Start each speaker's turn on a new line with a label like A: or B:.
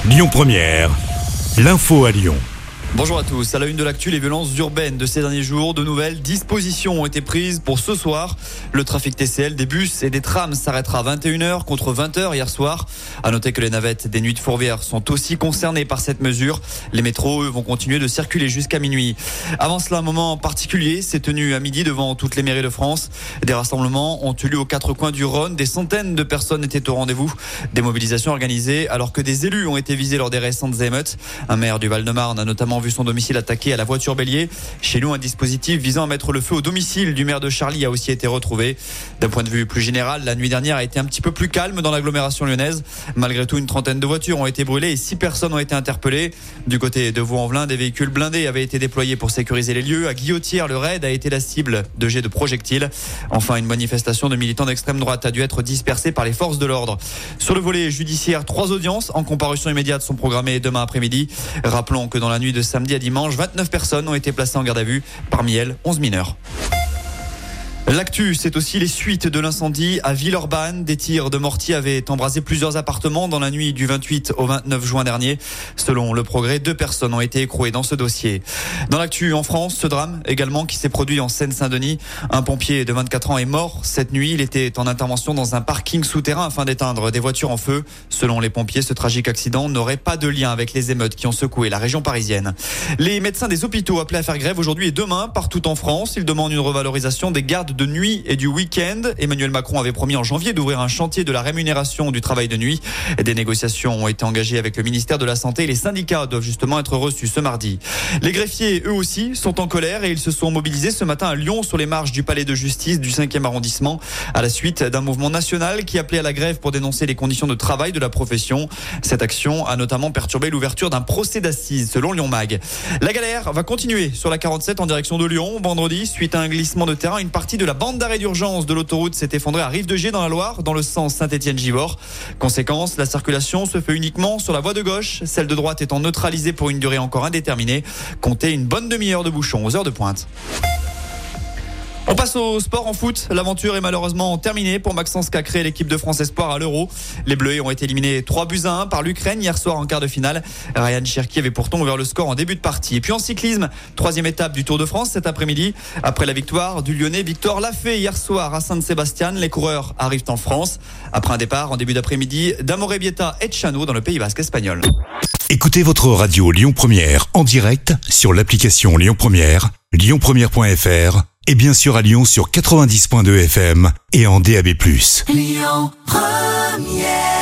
A: Lyon Première, l'info à Lyon.
B: Bonjour à tous. À la une de l'actu, les violences urbaines de ces derniers jours. De nouvelles dispositions ont été prises pour ce soir. Le trafic TCL des bus et des trams s'arrêtera à 21h contre 20h hier soir. À noter que les navettes des nuits de Fourvière sont aussi concernées par cette mesure. Les métros, eux, vont continuer de circuler jusqu'à minuit. Avant cela, un moment particulier s'est tenu à midi devant toutes les mairies de France. Des rassemblements ont eu lieu aux quatre coins du Rhône. Des centaines de personnes étaient au rendez-vous. Des mobilisations organisées alors que des élus ont été visés lors des récentes émeutes. Un maire du Val-de-Marne a notamment vu son domicile attaqué à la voiture bélier. Chez nous, un dispositif visant à mettre le feu au domicile du maire de Charlie a aussi été retrouvé. D'un point de vue plus général, la nuit dernière a été un petit peu plus calme dans l'agglomération lyonnaise. Malgré tout, une trentaine de voitures ont été brûlées et 6 personnes ont été interpellées. Du côté de Vaux-en-Velin, des véhicules blindés avaient été déployés pour sécuriser les lieux. À Guillotière, le raid a été la cible de jets de projectiles. Enfin, une manifestation de militants d'extrême droite a dû être dispersée par les forces de l'ordre. Sur le volet judiciaire, 3 audiences en comparution immédiate sont programmées demain après-midi. Rappelons que dans la nuit de samedi à dimanche, 29 personnes ont été placées en garde à vue. Parmi elles, 11 mineurs. L'actu, c'est aussi les suites de l'incendie à Villeurbanne. Des tirs de mortier avaient embrasé plusieurs appartements dans la nuit du 28 au 29 juin dernier. Selon Le Progrès, 2 personnes ont été écrouées dans ce dossier. Dans l'actu en France, ce drame également qui s'est produit en Seine-Saint-Denis. Un pompier de 24 ans est mort cette nuit. Il était en intervention dans un parking souterrain afin d'éteindre des voitures en feu. Selon les pompiers, ce tragique accident n'aurait pas de lien avec les émeutes qui ont secoué la région parisienne. Les médecins des hôpitaux appelés à faire grève aujourd'hui et demain partout en France. Ils demandent une revalorisation des gardes de nuit et du week-end. Emmanuel Macron avait promis en janvier d'ouvrir un chantier de la rémunération du travail de nuit. Des négociations ont été engagées avec le ministère de la Santé. Les syndicats doivent justement être reçus ce mardi. Les greffiers, eux aussi, sont en colère et ils se sont mobilisés ce matin à Lyon sur les marches du palais de justice du 5e arrondissement à la suite d'un mouvement national qui appelait à la grève pour dénoncer les conditions de travail de la profession. Cette action a notamment perturbé l'ouverture d'un procès d'assises selon Lyon Mag. La galère va continuer sur la 47 en direction de Lyon. Vendredi, suite à un glissement de terrain, une partie de la bande d'arrêt d'urgence de l'autoroute s'est effondrée à Rive-de-Gier dans la Loire, dans le sens Saint-Étienne-Givors. Conséquence, la circulation se fait uniquement sur la voie de gauche, celle de droite étant neutralisée pour une durée encore indéterminée. Comptez une bonne demi-heure de bouchon aux heures de pointe. On passe au sport en foot. L'aventure est malheureusement terminée pour Maxence Cacré et l'équipe de France Espoir à l'Euro. Les Bleus ont été éliminés 3-1 par l'Ukraine hier soir en quart de finale. Ryan Cherki avait pourtant ouvert le score en début de partie. Et puis en cyclisme, 3e étape du Tour de France cet après-midi. Après la victoire du Lyonnais Victor Lafay hier soir à Saint-Sébastien, les coureurs arrivent en France. Après un départ en début d'après-midi d'Amorebieta et de Chano dans le Pays Basque espagnol.
A: Écoutez votre radio Lyon Première en direct sur l'application Lyon Première, lyonpremière.fr et bien sûr à Lyon sur 90.2 FM et en DAB+.
C: Lyon Première.